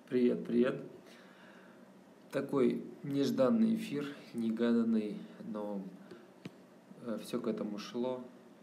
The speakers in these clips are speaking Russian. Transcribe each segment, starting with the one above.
Привет, привет. Такой нежданный эфир, негаданный, но все к этому шло.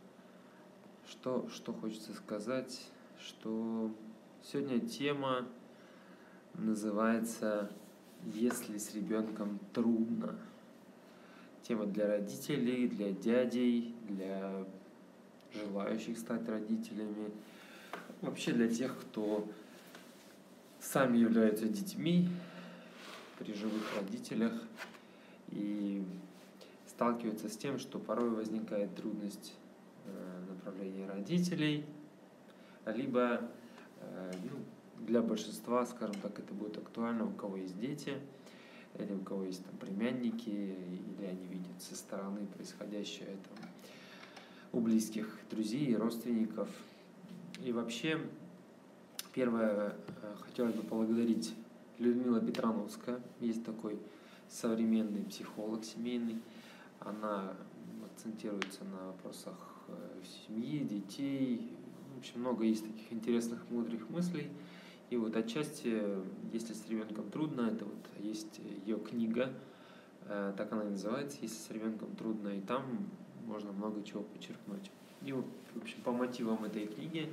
Что хочется сказать, что сегодня тема называется «Если с ребенком трудно». Тема для родителей, для дядей, для желающих стать родителями, вообще для тех, кто сами являются детьми при живых родителях и сталкиваются с тем, что порой возникает трудность направления родителей, либо для большинства, скажем так, это будет актуально, у кого есть дети, или у кого есть там племянники, или они видят со стороны происходящее там, у близких друзей и родственников. И вообще, первое, хотелось бы поблагодарить Людмила Петрановская, есть такой современный психолог семейный, она акцентируется на вопросах семьи, детей, в общем, много есть таких интересных, мудрых мыслей. И вот отчасти, если с ребенком трудно, это вот есть ее книга, так она и называется, «Если с ребенком трудно», и там можно много чего подчеркнуть. И вот, в общем, по мотивам этой книги,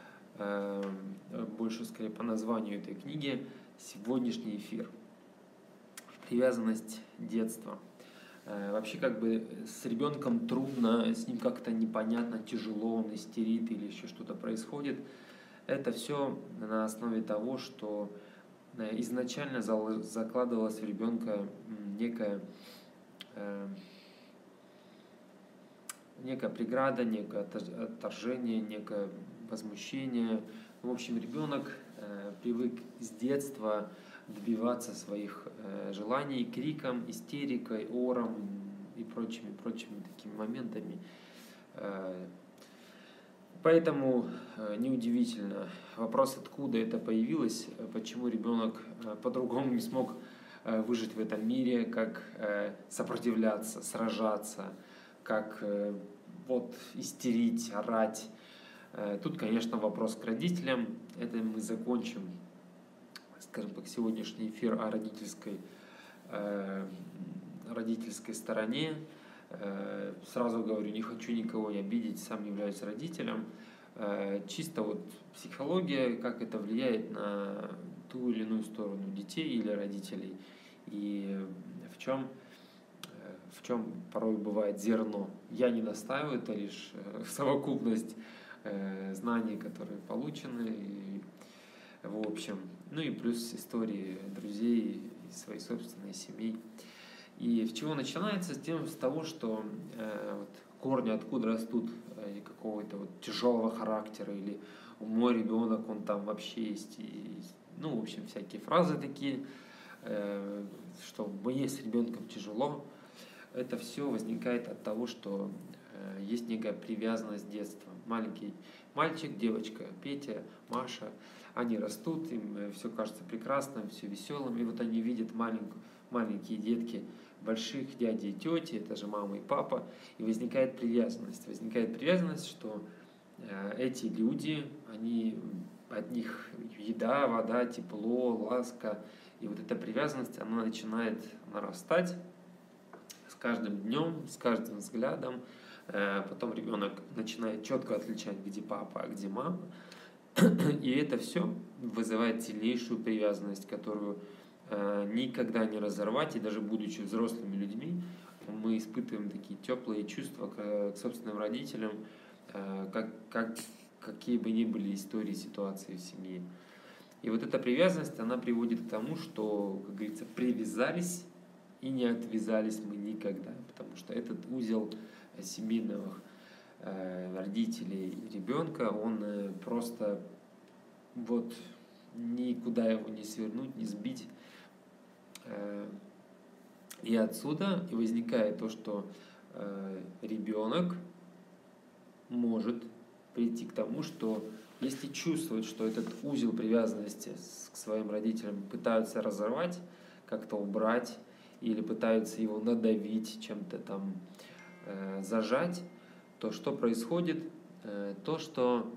больше скорее по названию этой книги, сегодняшний эфир. Привязанность детства. Вообще как бы с ребенком трудно, с ним как-то непонятно, тяжело, он истерит или еще что-то происходит. Это все на основе того, что изначально закладывалась в ребенка некая преграда, некое отторжение, некое возмущение. В общем, ребенок привык с детства добиваться своих желаний криком, истерикой, ором и прочими такими моментами. Поэтому неудивительно вопрос, откуда это появилось, почему ребенок по-другому не смог выжить в этом мире, как сопротивляться, сражаться, как истерить, орать. Тут, конечно, вопрос к родителям. Это мы закончим, скажем так, сегодняшний эфир о родительской стороне. Сразу говорю, не хочу никого обидеть, сам являюсь родителем. Чисто психология, как это влияет на ту или иную сторону детей или родителей. И в чем порой бывает зерно. Я не настаиваю, это лишь совокупность знаний, которые получены. И, в общем, и плюс истории друзей и своей собственной семьи. И с чего начинается? С того, что корни откуда растут какого-то тяжелого характера, или мой ребенок, он там вообще есть. И, в общем, всякие фразы такие, что мне с ребенком тяжело. Это все возникает от того, что есть некая привязанность с детства. Маленький мальчик, девочка, Петя, Маша, они растут, им все кажется прекрасным, все веселым, и вот они видят маленькие детки больших дядей и тети, это же мама и папа, и возникает привязанность, что эти люди, от них еда, вода, тепло, ласка, и вот эта привязанность, она начинает нарастать с каждым днем, с каждым взглядом. Потом ребенок начинает четко отличать, где папа, а где мама. И это все вызывает сильнейшую привязанность, которую никогда не разорвать. И даже будучи взрослыми людьми, мы испытываем такие теплые чувства к собственным родителям, какие бы ни были истории, ситуации в семье. И вот эта привязанность, она приводит к тому, что, как говорится, привязались и не отвязались мы никогда. Потому что этот узел семейных родителей и ребенка, он просто никуда его не свернуть, не сбить. И отсюда и возникает то, что ребенок может прийти к тому, что если чувствует, что этот узел привязанности к своим родителям пытаются разорвать, как-то убрать, или пытаются его надавить, чем-то там зажать, то что происходит? То, что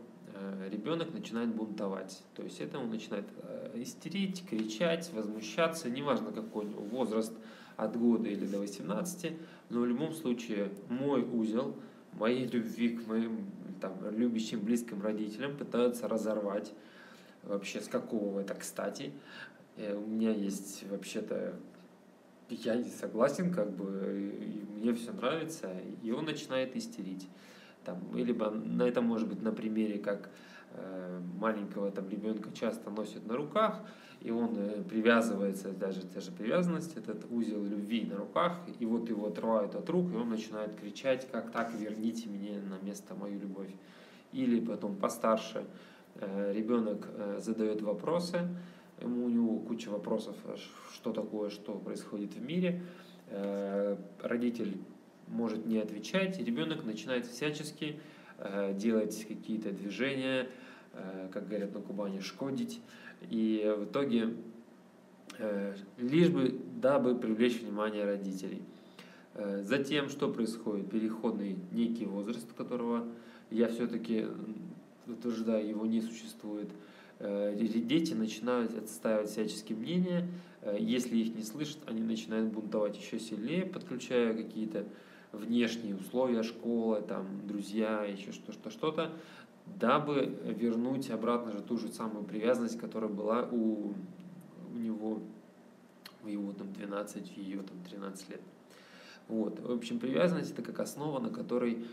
ребенок начинает бунтовать. То есть это он начинает истерить, кричать, возмущаться, неважно какой у него возраст, от года или до 18, но в любом случае мой узел, моей любви к моим там, любящим, близким родителям пытаются разорвать. Вообще, с какого это кстати? У меня есть вообще-то, я не согласен, как бы, и мне все нравится, и он начинает истерить. Там, либо на это может быть на примере, как маленького там ребенка часто носят на руках, и он привязывается, даже та же привязанность, этот узел любви на руках, и вот его отрывают от рук, и он начинает кричать, как так, верните мне на место мою любовь. Или потом постарше ребенок задает вопросы, у него куча вопросов, что такое, что происходит в мире, родитель может не отвечать, и ребенок начинает всячески делать какие-то движения, как говорят на Кубани, шкодить, и в итоге лишь бы, дабы привлечь внимание родителей. Затем, что происходит? Переходный некий возраст, которого я все-таки утверждаю, его не существует. Дети начинают отстаивать всяческие мнения, если их не слышат, они начинают бунтовать еще сильнее, подключая какие-то внешние условия, школа, там, друзья, еще что-то, дабы вернуть обратно же ту же самую привязанность, которая была у него в его там 12, в ее там 13 лет. Вот. В общем, привязанность это как основа, на которой,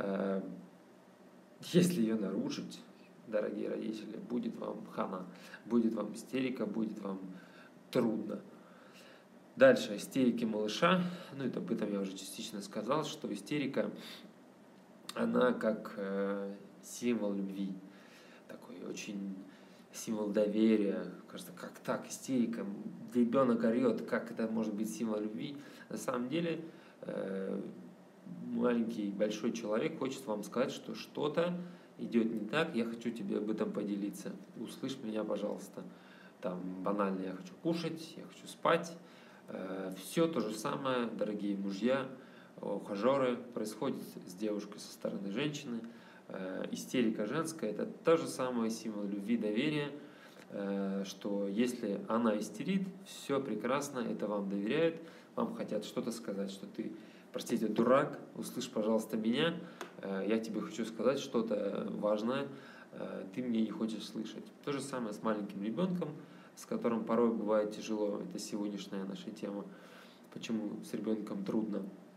если ее нарушить, дорогие родители, будет вам хана, будет вам истерика, будет вам трудно. Дальше, истерики малыша, ну это об этом я уже частично сказал, что истерика, она как символ любви, такой очень символ доверия. Кажется, как так, истерика, ребенок орет, как это может быть символ любви? На самом деле, маленький, большой человек хочет вам сказать, что что-то идет не так, я хочу тебе об этом поделиться. Услышь меня, пожалуйста. Там банально, я хочу кушать, я хочу спать. Все то же самое, дорогие мужья, ухажеры, происходит с девушкой со стороны женщины. Истерика женская – это то же самое символ любви, доверия, что если она истерит, все прекрасно, это вам доверяют, вам хотят что-то сказать, что ты, простите, дурак, услышь, пожалуйста, меня, я тебе хочу сказать что-то важное, ты мне не хочешь слышать. То же самое с маленьким ребенком, с которым порой бывает тяжело, это сегодняшняя наша тема, почему с ребенком трудно.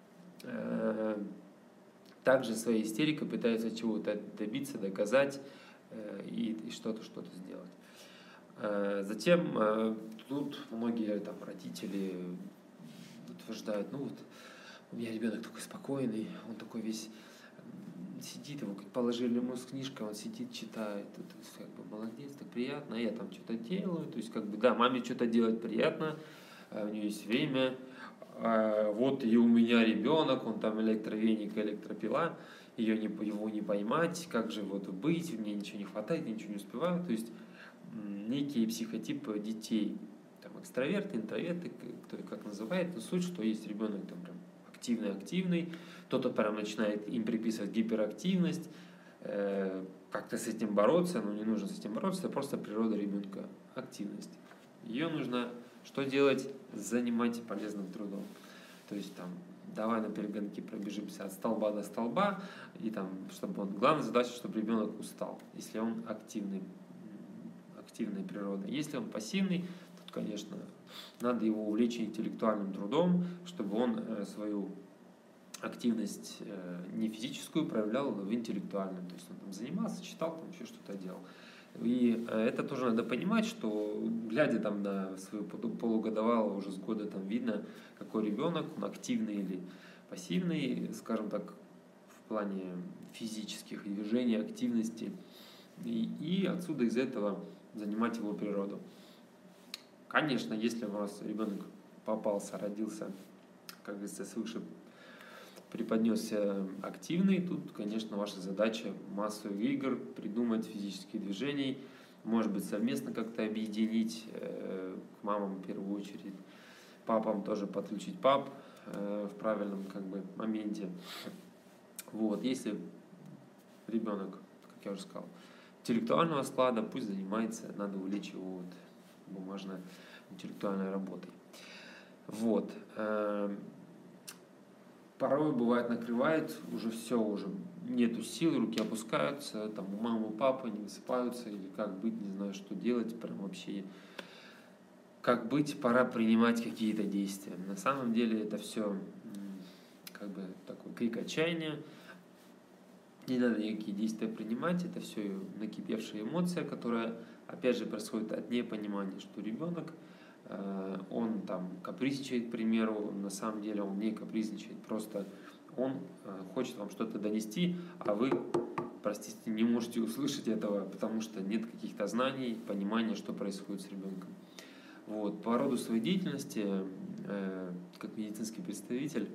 Также своей истерикой пытаются чего-то добиться, доказать и что-то сделать. Затем тут многие там, родители утверждают, ну вот у меня ребенок такой спокойный, он такой весь сидит, его положили ему с книжкой, он сидит, читает, то есть, как бы молодец, так приятно, а я там что-то делаю, то есть как бы да, маме что-то делать приятно, у нее есть время, вот и у меня ребенок, он там электровеник, электропила, его не поймать, как же вот быть, мне ничего не хватает, я ничего не успеваю, то есть некие психотипы детей, там экстраверты, интроверты, кто как называет, но суть, что есть ребенок там прям активный, кто-то прям начинает им приписывать гиперактивность, как-то с этим бороться, но не нужно с этим бороться, это просто природа ребенка, активность. Ее нужно что делать? Занимать полезным трудом. То есть там, давай на перегонки пробежимся от столба до столба, и там, чтобы он, главная задача, чтобы ребенок устал, если он активной природы. Если он пассивный, то, конечно, надо его увлечь интеллектуальным трудом, чтобы он свою активность не физическую проявлял, но в интеллектуальном. То есть он там занимался, читал, там еще что-то делал. И это тоже надо понимать, что глядя там на свою полугодовалого, уже с года там видно, какой ребенок, он активный или пассивный, скажем так, в плане физических движений, активности. И отсюда из этого занимать его природу. Конечно, если у вас ребенок попался, родился, как говорится, свыше преподнесся активный, тут, конечно, ваша задача массу игр, придумать физические движения, может быть, совместно как-то объединить, к мамам в первую очередь, папам тоже подключить пап в правильном как бы моменте. Вот, если ребенок, как я уже сказал, интеллектуального склада, пусть занимается, надо увлечь его вот бумажно-интеллектуальной работой. Вот. Порой бывает накрывает, уже все, уже нету сил, руки опускаются, там у мамы, папы не высыпаются, или как быть, не знаю, что делать, прям вообще как быть, пора принимать какие-то действия. На самом деле это все как бы такой крик отчаяния, не надо никакие действия принимать, это все накипевшая эмоция, которая, опять же, происходит от непонимания, что ребенок, он там капризничает, к примеру, на самом деле он не капризничает, просто он хочет вам что-то донести, а вы, простите, не можете услышать этого, потому что нет каких-то знаний, понимания, что происходит с ребенком. Вот. По роду своей деятельности, как медицинский представитель,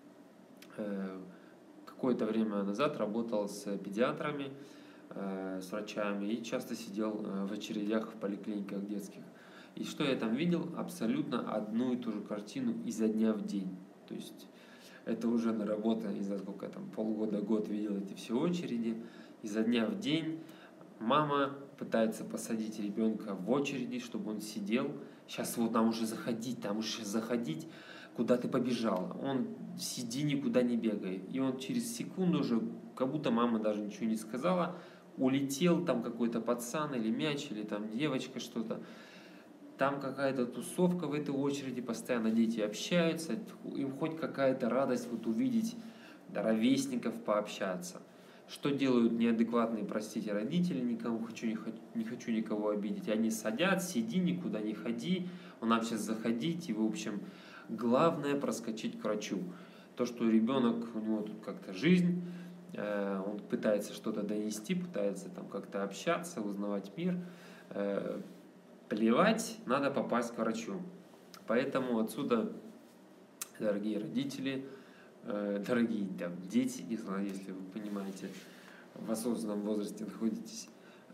какое-то время назад работал с педиатрами, с врачами и часто сидел в очередях в поликлиниках детских. И что я там видел? Абсолютно одну и ту же картину изо дня в день. То есть это уже наработано, не знаю сколько я там, полгода-год видел эти все очереди. Изо дня в день мама пытается посадить ребенка в очереди, чтобы он сидел. Сейчас вот нам уже заходить, куда ты побежала. Он сиди, никуда не бегай. И он через секунду уже, как будто мама даже ничего не сказала, улетел там какой-то пацан или мяч, или там девочка что-то. Там какая-то тусовка в этой очереди, постоянно дети общаются, им хоть какая-то радость вот увидеть ровесников, пообщаться. Что делают неадекватные, простите, родители, не хочу никого обидеть, они садят, сиди, никуда не ходи, он нам сейчас заходить, и в общем, главное проскочить к врачу. То, что ребенок, у него тут как-то жизнь, он пытается что-то донести, пытается там как-то общаться, узнавать мир, плевать, надо попасть к врачу. Поэтому отсюда, дорогие родители, дорогие там, дети, не знаю, если вы понимаете, в осознанном возрасте находитесь,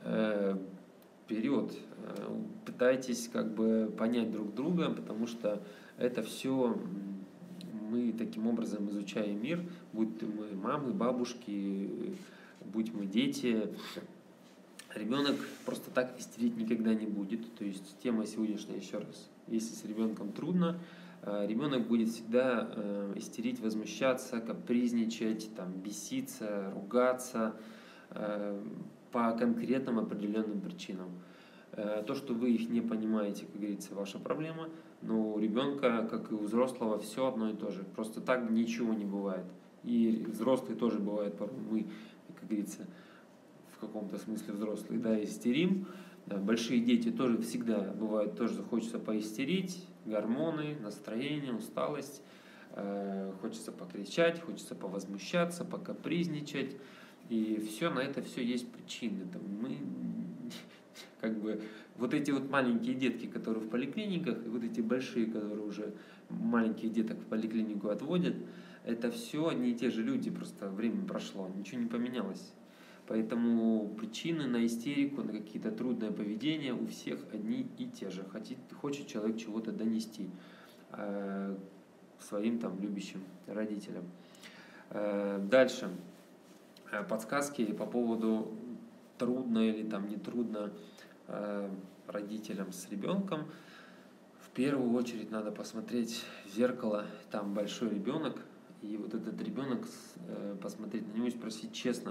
вперед, пытайтесь как бы понять друг друга, потому что это все мы таким образом изучаем мир, будь мы мамы, бабушки, будь мы дети. Ребенок просто так истерить никогда не будет. То есть тема сегодняшняя еще раз. Если с ребенком трудно, ребенок будет всегда истерить, возмущаться, капризничать, там, беситься, ругаться по конкретным определенным причинам. То, что вы их не понимаете, как говорится, ваша проблема, но у ребенка, как и у взрослого, все одно и то же. Просто так ничего не бывает. И взрослые тоже бывают порой. Мы, как говорится, в каком-то смысле взрослые, да, истерим. Большие дети тоже всегда бывают, тоже хочется поистерить, гормоны, настроение, усталость, хочется покричать, хочется повозмущаться, покапризничать, и все на это все есть причины. Там мы как бы вот эти вот маленькие детки, которые в поликлиниках, и вот эти большие, которые уже маленьких деток в поликлинику отводят, это все одни и те же люди, просто время прошло, ничего не поменялось. Поэтому причины на истерику, на какие-то трудные поведения у всех одни и те же. Хочет человек чего-то донести своим там любящим родителям. Дальше. Подсказки по поводу трудно или там не трудно родителям с ребенком. В первую очередь надо посмотреть в зеркало, там большой ребенок, и вот этот ребенок, посмотреть на него и спросить честно,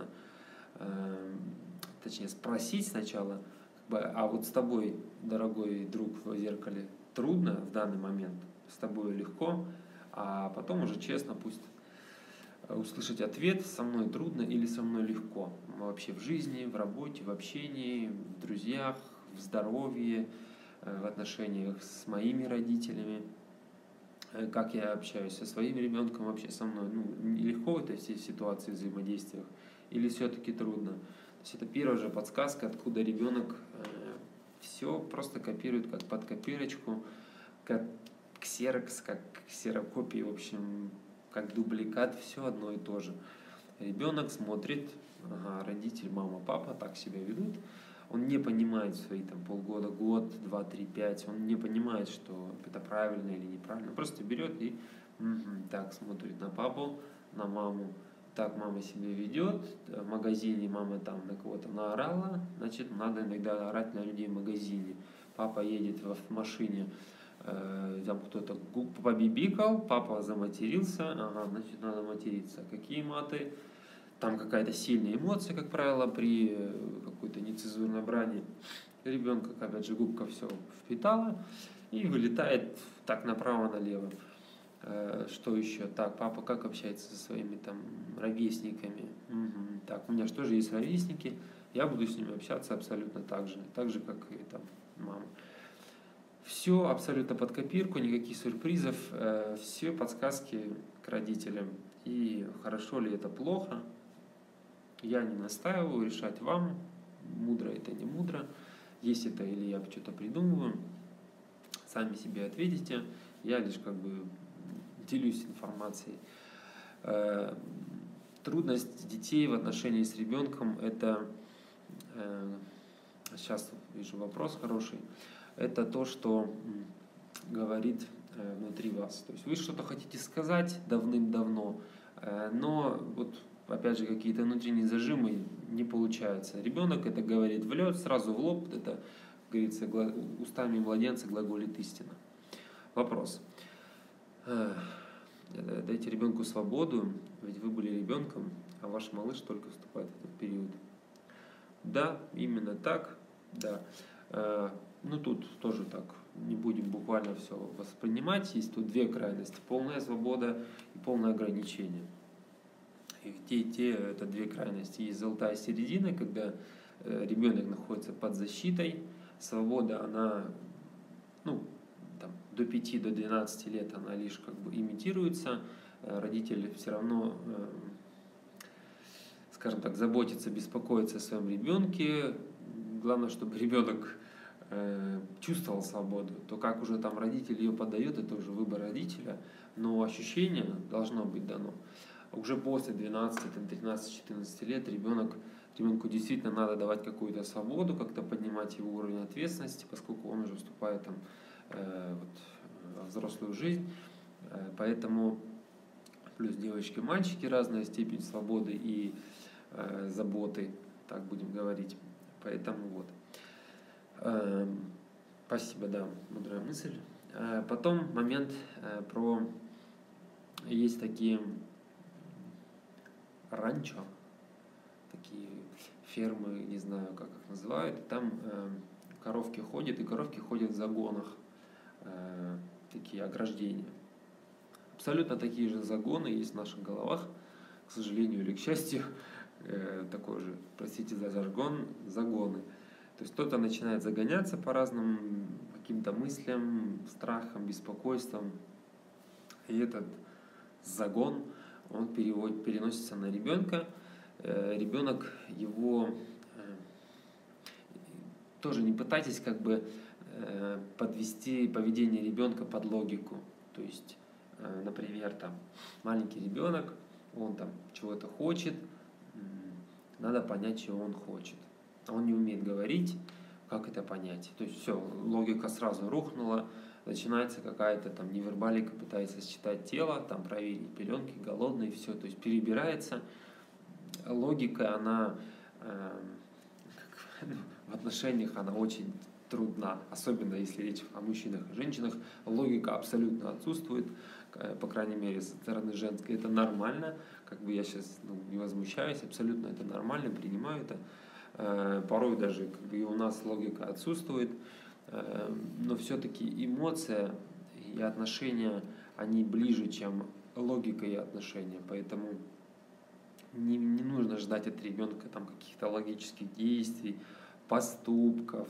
точнее спросить сначала, а вот с тобой, дорогой друг, в зеркале трудно в данный момент, с тобой легко, а потом уже честно пусть услышать ответ, со мной трудно или со мной легко, вообще в жизни, в работе, в общении, в друзьях, в здоровье, в отношениях с моими родителями, как я общаюсь со своим ребенком, вообще со мной, легко в этой всей ситуации, взаимодействиях, или все-таки трудно. То есть это первая же подсказка, откуда ребенок все просто копирует как под копирочку, как ксерокс, как ксерокопии, в общем, как дубликат, все одно и то же. Ребенок смотрит, родитель, мама, папа так себя ведут, он не понимает свои там полгода, год, 2, 3, 5, он не понимает, что это правильно или неправильно, просто берет и так смотрит на папу, на маму, так мама себя ведет, в магазине мама там на кого-то наорала, значит, надо иногда орать на людей в магазине. Папа едет в машине, там кто-то побибикал, папа заматерился, ага, значит, надо материться. Какие маты? Там какая-то сильная эмоция, как правило, при какой-то нецензурной брани. Ребенка, опять же, губка все впитала и вылетает так направо-налево. Что еще? Так, папа как общается со своими там ровесниками? Угу. Так, у меня же тоже есть ровесники, я буду с ними общаться абсолютно так же, как и там мама. Все абсолютно под копирку, никаких сюрпризов, все подсказки к родителям. И хорошо ли это, плохо, я не настаиваю, решать вам, мудро это, не мудро, есть это или я что-то придумываю, сами себе ответите, я лишь как бы делюсь информацией. Трудность детей в отношении с ребенком – это, сейчас вижу вопрос хороший, это то, что говорит внутри вас. То есть вы что-то хотите сказать давным-давно, но вот опять же какие-то внутренние зажимы не получаются. Ребенок это говорит в лед, сразу в лоб, это, как говорится, устами младенца глаголит истина. Вопрос. Дайте ребенку свободу, ведь вы были ребенком, а ваш малыш только вступает в этот период. Да, именно так, да. Ну тут тоже так, не будем буквально все воспринимать, есть тут две крайности, полная свобода и полное ограничение. И те это две крайности. Есть золотая середина, когда ребенок находится под защитой, свобода, она, ну, там, до 5-12 лет она лишь как бы имитируется, родители все равно, скажем так, заботятся, беспокоятся о своем ребенке, главное, чтобы ребенок чувствовал свободу, то как уже там родитель ее подает, это уже выбор родителя, но ощущение должно быть дано. Уже после 12, 13, 14 лет ребенку действительно надо давать какую-то свободу, как-то поднимать его уровень ответственности, поскольку он уже вступает там, во взрослую жизнь. Поэтому плюс девочки и мальчики, разная степень свободы и заботы, так будем говорить. Поэтому вот. Спасибо, да, мудрая мысль. Потом момент про... Есть такие ранчо, такие фермы, не знаю, как их называют. Там коровки ходят, и коровки ходят в загонах. Такие ограждения. Абсолютно такие же загоны есть в наших головах, к сожалению или к счастью, такой же, простите за жаргон, загоны. То есть кто-то начинает загоняться по разным каким-то мыслям, страхам, беспокойствам, и этот загон, он переносится на ребенка. Ребенок его... Тоже не пытайтесь как бы подвести поведение ребенка под логику. То есть, например, там маленький ребенок, он там чего-то хочет, надо понять, чего он хочет. Он не умеет говорить, как это понять. То есть все, логика сразу рухнула, начинается какая-то там невербалика, пытается считать тело, там проверить пеленки, голодный, все, то есть перебирается. Логика, она в отношениях, она очень трудна, особенно если речь о мужчинах и женщинах. Логика абсолютно отсутствует, по крайней мере, со стороны женской. Это нормально, как бы я сейчас не возмущаюсь, абсолютно это нормально, принимаю это. Порой даже как бы и у нас логика отсутствует, но все-таки эмоция и отношения, они ближе, чем логика и отношения, поэтому не нужно ждать от ребенка там каких-то логических действий, поступков,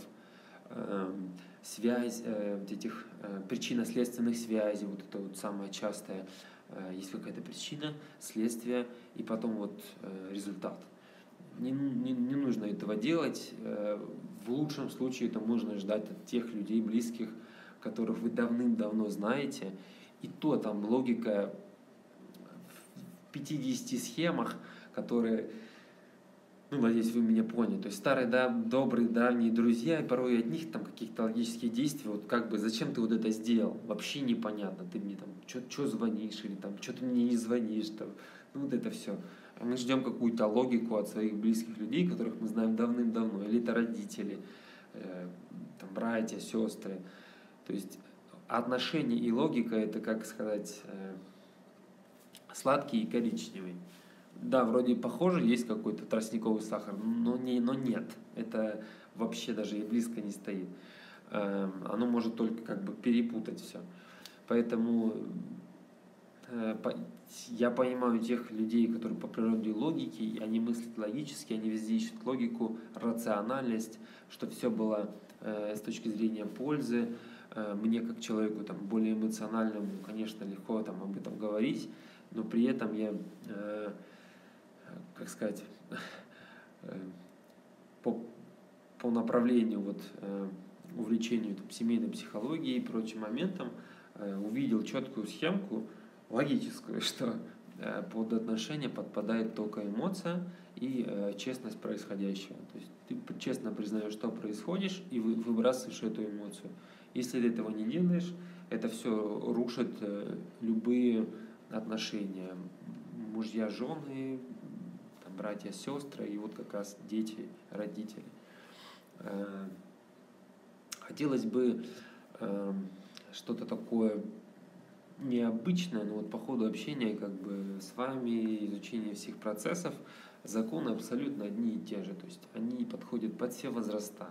причинно-следственных связей, вот это вот самое частое, есть какая-то причина, следствие и потом вот результат. Не нужно этого делать. В лучшем случае это можно ждать от тех людей близких, которых вы давным-давно знаете. И то там логика в 50 схемах, которые, надеюсь, вы меня поняли. То есть старые, добрые, давние друзья, и порой от них там каких-то логических действий, вот как бы, зачем ты вот это сделал? Вообще непонятно. Ты мне там, что звонишь, или там, что ты мне не звонишь, там, вот это все. Мы ждем какую-то логику от своих близких людей, которых мы знаем давным-давно, или это родители, там, братья, сестры. То есть отношения и логика – это, как сказать, сладкий и коричневый. Да, вроде похоже, есть какой-то тростниковый сахар, но нет. Это вообще даже и близко не стоит. Оно может только как бы перепутать все. Поэтому я понимаю тех людей, которые по природе логики, они мыслят логически, они везде ищут логику, рациональность, что все было с точки зрения пользы. Мне, как человеку там, более эмоциональному, конечно, легко там, об этом говорить, но при этом я, как сказать, по направлению вот, увлечению там, семейной психологией и прочим моментам увидел четкую схемку, логическую, что под отношения подпадает только эмоция и честность происходящего. То есть ты честно признаешь, что происходит, и выбрасываешь эту эмоцию. Если ты этого не делаешь, это все рушит любые отношения. Мужья, жены, там, братья, сестры, и вот как раз дети, родители. Хотелось бы что-то такое необычное, но вот по ходу общения как бы с вами, изучения всех процессов, законы абсолютно одни и те же. То есть они подходят под все возраста,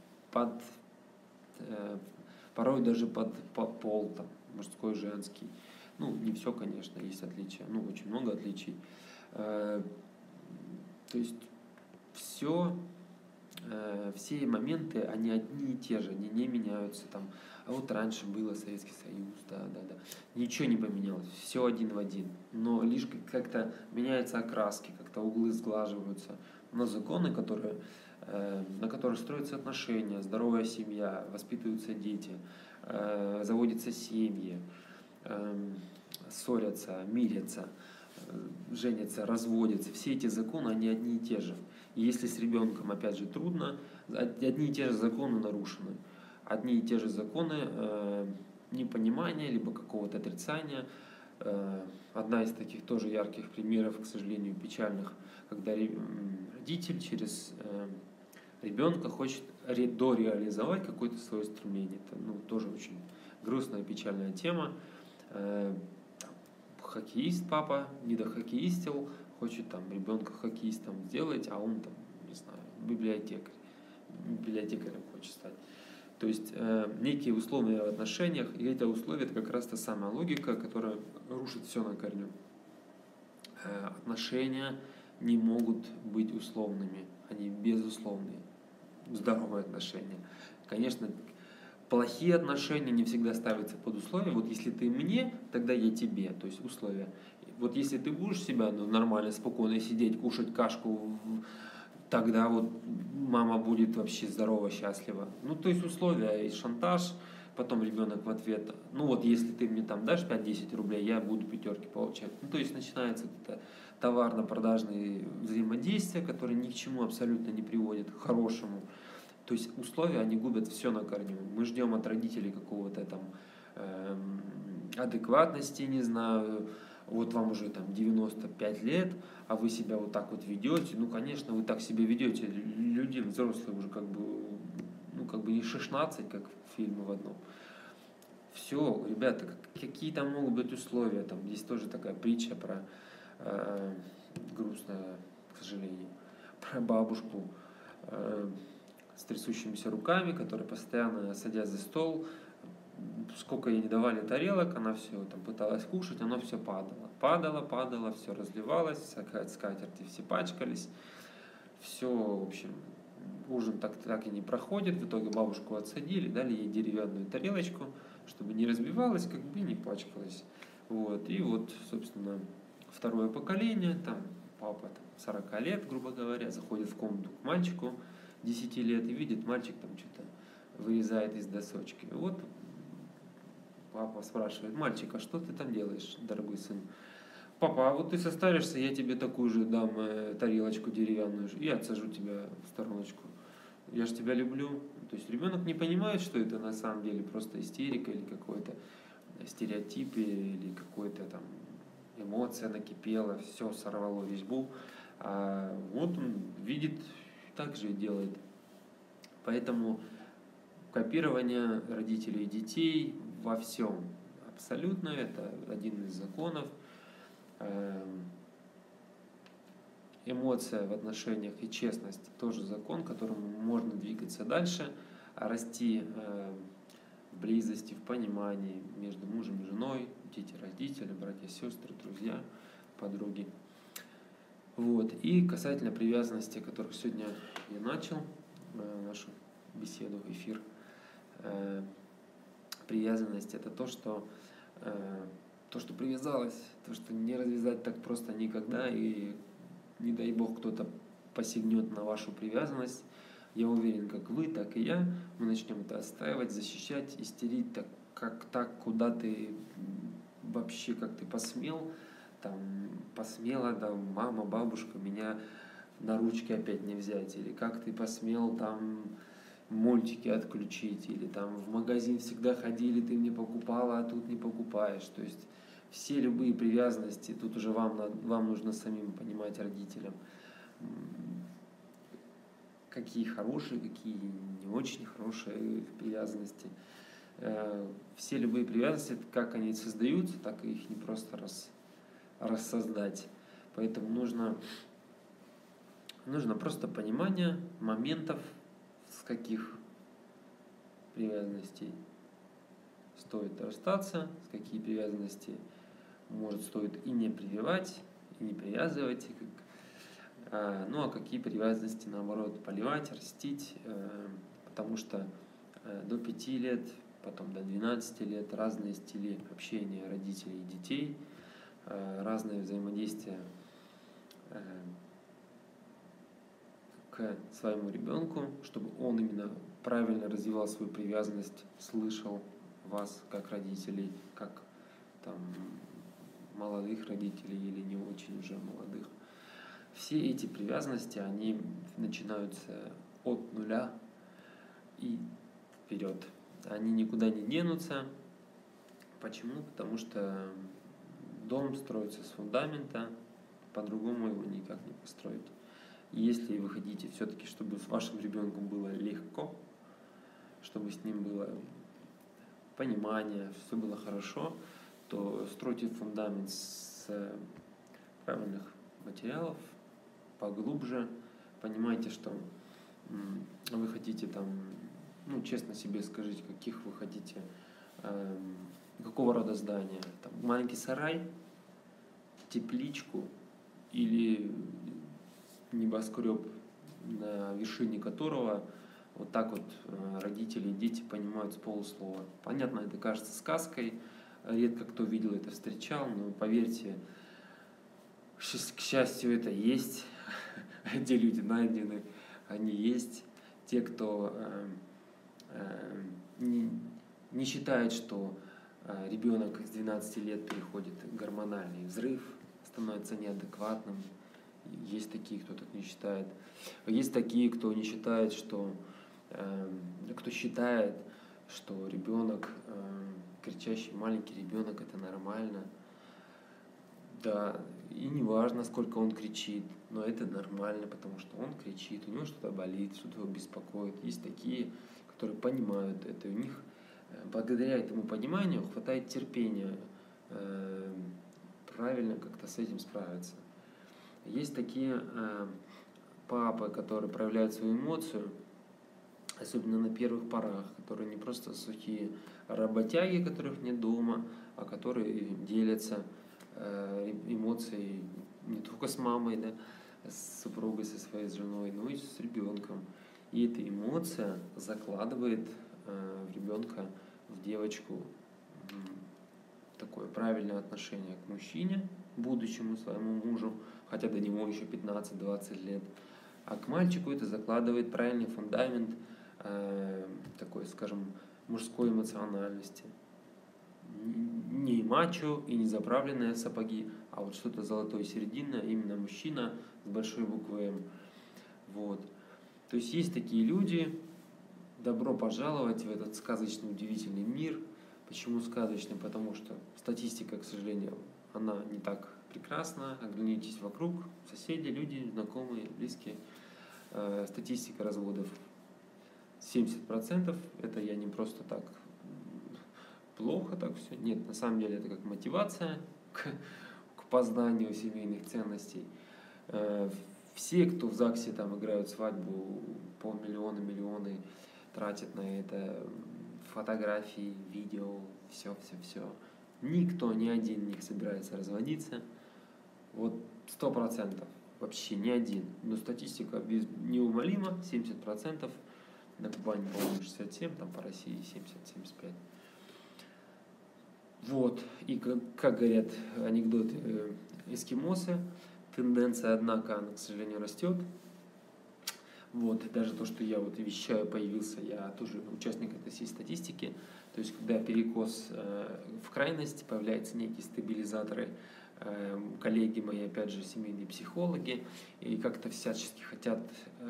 порой даже под пол, там, мужской, женский. Ну, не все, конечно, есть отличия, ну, очень много отличий. То есть все моменты, они одни и те же, они не меняются там. А вот раньше было Советский Союз, да. Ничего не поменялось, все один в один. Но лишь как-то меняются окраски, как-то углы сглаживаются. Но законы, на которых строятся отношения, здоровая семья, воспитываются дети, заводятся семьи, ссорятся, мирятся, женятся, разводятся. Все эти законы, они одни и те же. И если с ребенком, опять же, трудно, одни и те же законы нарушены. Одни и те же законы непонимания, либо какого-то отрицания. Одна из таких тоже ярких примеров, к сожалению, печальных, когда родитель через ребенка хочет дореализовать какое-то свое стремление. Это тоже очень грустная, печальная тема. Хоккеист папа недохоккеистил, хочет там ребенка хоккеистом сделать, а он там, не знаю, библиотекарем хочет стать. То есть некие условия в отношениях, и эти условия это как раз та самая логика, которая рушит все на корню. Отношения не могут быть условными, они безусловные. Здоровые отношения. Конечно, плохие отношения не всегда ставятся под условия. Вот если ты мне, тогда я тебе, то есть условия. Вот если ты будешь себя нормально, спокойно сидеть, кушать кашку, тогда вот мама будет вообще здорова, счастлива. То есть условия и шантаж, потом ребенок в ответ, вот если ты мне там дашь 5-10 рублей, я буду пятерки получать. То есть начинается это товарно-продажные взаимодействия, которые ни к чему абсолютно не приводят, к хорошему. То есть условия, они губят все на корню. Мы ждем от родителей какого-то там адекватности, не знаю, вот вам уже там 95 лет, а вы себя вот так вот ведете. Конечно, вы так себя ведете. Люди взрослые уже как бы не 16, как в фильме в одном. Все, ребята, какие там могут быть условия? Там здесь тоже такая притча про грустная, к сожалению, про бабушку с трясущимися руками, которая постоянно, садясь за стол, сколько ей не давали тарелок, она все там пыталась кушать, оно все падало. Падало, все разливалось, скатерти все пачкались. Все, в общем, ужин так и не проходит. В итоге бабушку отсадили, дали ей деревянную тарелочку, чтобы не разбивалась, как бы и не пачкалась. Вот. И вот, собственно, второе поколение, там папа 40 лет, грубо говоря, заходит в комнату к мальчику 10 лет и видит, мальчик там что-то вырезает из досочки. И вот папа спрашивает: мальчик, а что ты там делаешь, дорогой сын? Папа, а вот ты состаришься, я тебе такую же дам тарелочку деревянную, и отсажу тебя в стороночку. Я же тебя люблю. То есть ребенок не понимает, что это на самом деле просто истерика или какой-то стереотип или какой-то там эмоция накипела, все сорвало резьбу. А вот он видит, так же и делает. Поэтому копирование родителей и детей во всем абсолютно, это один из законов. Эмоция в отношениях и честность тоже закон, которому можно двигаться дальше, а расти в близости, в понимании между мужем и женой, дети, родители, братья, сестры, друзья, подруги. Вот. И касательно привязанности, о которых сегодня я начал нашу беседу, эфир. Привязанность – это то, что привязалось, то, что не развязать так просто никогда, и не дай бог кто-то посягнет на вашу привязанность. Я уверен, как вы, так и я, мы начнем это отстаивать, защищать, истерить, куда ты вообще, как ты посмел, посмела, мама, бабушка меня на ручки опять не взять, или как ты посмел мультики отключить, или в магазин всегда ходили, ты мне покупала, а тут не покупаешь. То есть все любые привязанности, тут уже вам нужно самим понимать, родителям, какие хорошие, какие не очень хорошие привязанности. Все любые привязанности, как они создаются, так и их не просто рассоздать. Поэтому нужно просто понимание моментов, с каких привязанностей стоит расстаться, с какие привязанности стоит и не прививать, и не привязывать, а какие привязанности, наоборот, поливать, растить, потому что до 5 лет, потом до 12 лет разные стили общения родителей и детей, разные взаимодействия к своему ребенку, чтобы он именно правильно развивал свою привязанность, слышал вас как родителей, как молодых родителей или не очень уже молодых. Все эти привязанности, они начинаются от нуля и вперед. Они никуда не денутся. Почему? Потому что дом строится с фундамента, по-другому его никак не построить. И если вы хотите все-таки, чтобы с вашим ребенком было легко, чтобы с ним было понимание, все было хорошо, то стройте фундамент с правильных материалов, поглубже, понимайте, что вы хотите честно себе скажите, каких вы хотите, какого рода здания, маленький сарай, тепличку или небоскреб, на вершине которого вот так вот родители и дети понимают с полуслова. Понятно, это кажется сказкой, редко кто видел это, встречал, но поверьте, к счастью, это есть. Те люди найдены, они есть. Те, кто не считает, что ребенок с 12 лет переходит гормональный взрыв, становится неадекватным. Есть такие, кто так не считает. Есть такие, кто не считает, кто считает, что ребенок, кричащий маленький ребенок, это нормально. Да, и не важно, сколько он кричит, но это нормально, потому что он кричит, у него что-то болит, что-то его беспокоит. Есть такие, которые понимают это, и у них благодаря этому пониманию хватает терпения правильно как-то с этим справиться. Есть такие папы, которые проявляют свою эмоцию, особенно на первых порах, которые не просто сухие работяги, которых нет дома, а которые делятся эмоцией не только с мамой, да, с супругой, со своей женой, но и с ребенком. И эта эмоция закладывает в ребенка, в девочку такое правильное отношение к мужчине, будущему своему мужу, хотя до него еще 15-20 лет. А к мальчику это закладывает правильный фундамент такой, скажем, мужской эмоциональности. Не мачо и не заправленные сапоги, а вот что-то золотое серединное, именно мужчина с большой буквы М. Вот. То есть такие люди. Добро пожаловать в этот сказочный, удивительный мир. Почему сказочный? Потому что статистика, к сожалению, она не так прекрасна. Оглянитесь вокруг, соседи, люди, знакомые, близкие. Статистика разводов 70%. Это я не просто так плохо так все. Нет, на самом деле это как мотивация к познанию семейных ценностей. Все, кто в ЗАГСе там играют свадьбу, полмиллиона, миллионы тратят на это, фотографии, видео, все. Никто, ни один не собирается разводиться. Вот 100%. Вообще ни один. Но статистика неумолима, 70%. На Кубани, по-моему, 67, там по России 70-75. Вот. И как говорят анекдоты эскимосы, тенденция, однако, она, к сожалению, растет. Вот. И даже то, что я вот вещаю, появился, я тоже участник этой всей статистики. То есть, когда перекос в крайность, появляются некие стабилизаторы, коллеги мои, опять же, семейные психологи, и как-то всячески хотят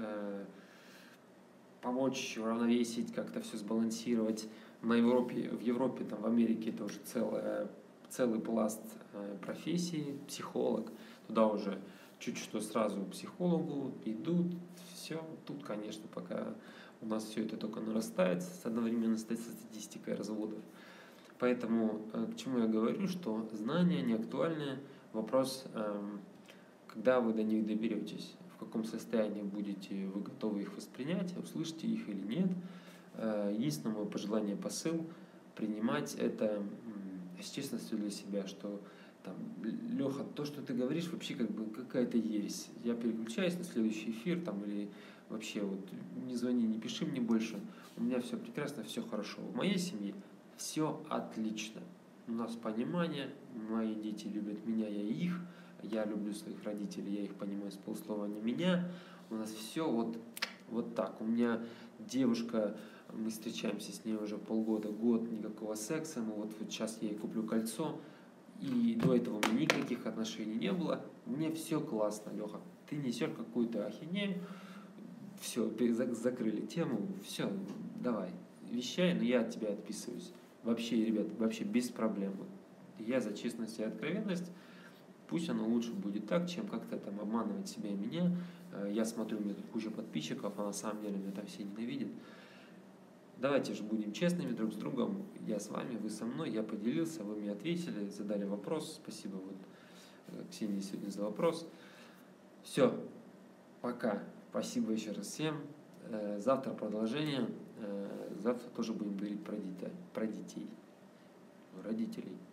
помочь, уравновесить, как-то все сбалансировать. В Европе, там, в Америке тоже целый пласт профессий, психолог. Туда уже чуть что сразу к психологу идут. Все, тут, конечно, пока у нас все это только нарастает одновременно с статистикой разводов. Поэтому к чему я говорю, что знания не актуальны. Вопрос, когда вы до них доберетесь, в каком состоянии будете вы готовы их воспринять, услышите их или нет. Единственное мое пожелание, посыл, принимать это с честностью для себя, что там, Леха, то, что ты говоришь, вообще как бы какая-то ересь. Я переключаюсь на следующий эфир там, или вообще вот не звони, не пиши мне больше. У меня все прекрасно, все хорошо. В моей семье все отлично. У нас понимание, мои дети любят меня, я их. Я люблю своих родителей, я их понимаю с полслова, не меня. У нас все вот так. У меня девушка, мы встречаемся с ней уже полгода, год, никакого секса. Мы вот сейчас я ей куплю кольцо. И до этого у меня никаких отношений не было. Мне все классно, Леха. Ты несешь какую-то ахинею. Все, закрыли тему. Все, давай, вещай, но я от тебя отписываюсь. Вообще, ребят, вообще без проблем. Я за честность и откровенность. Пусть оно лучше будет так, чем как-то там обманывать себя и меня. Я смотрю, у меня тут куча подписчиков, а на самом деле меня там все ненавидят. Давайте же будем честными друг с другом. Я с вами, вы со мной, я поделился, вы мне ответили, задали вопрос. Спасибо вот Ксении сегодня за вопрос. Все, пока. Спасибо еще раз всем. Завтра продолжение. Завтра тоже будем говорить про детей. Родителей.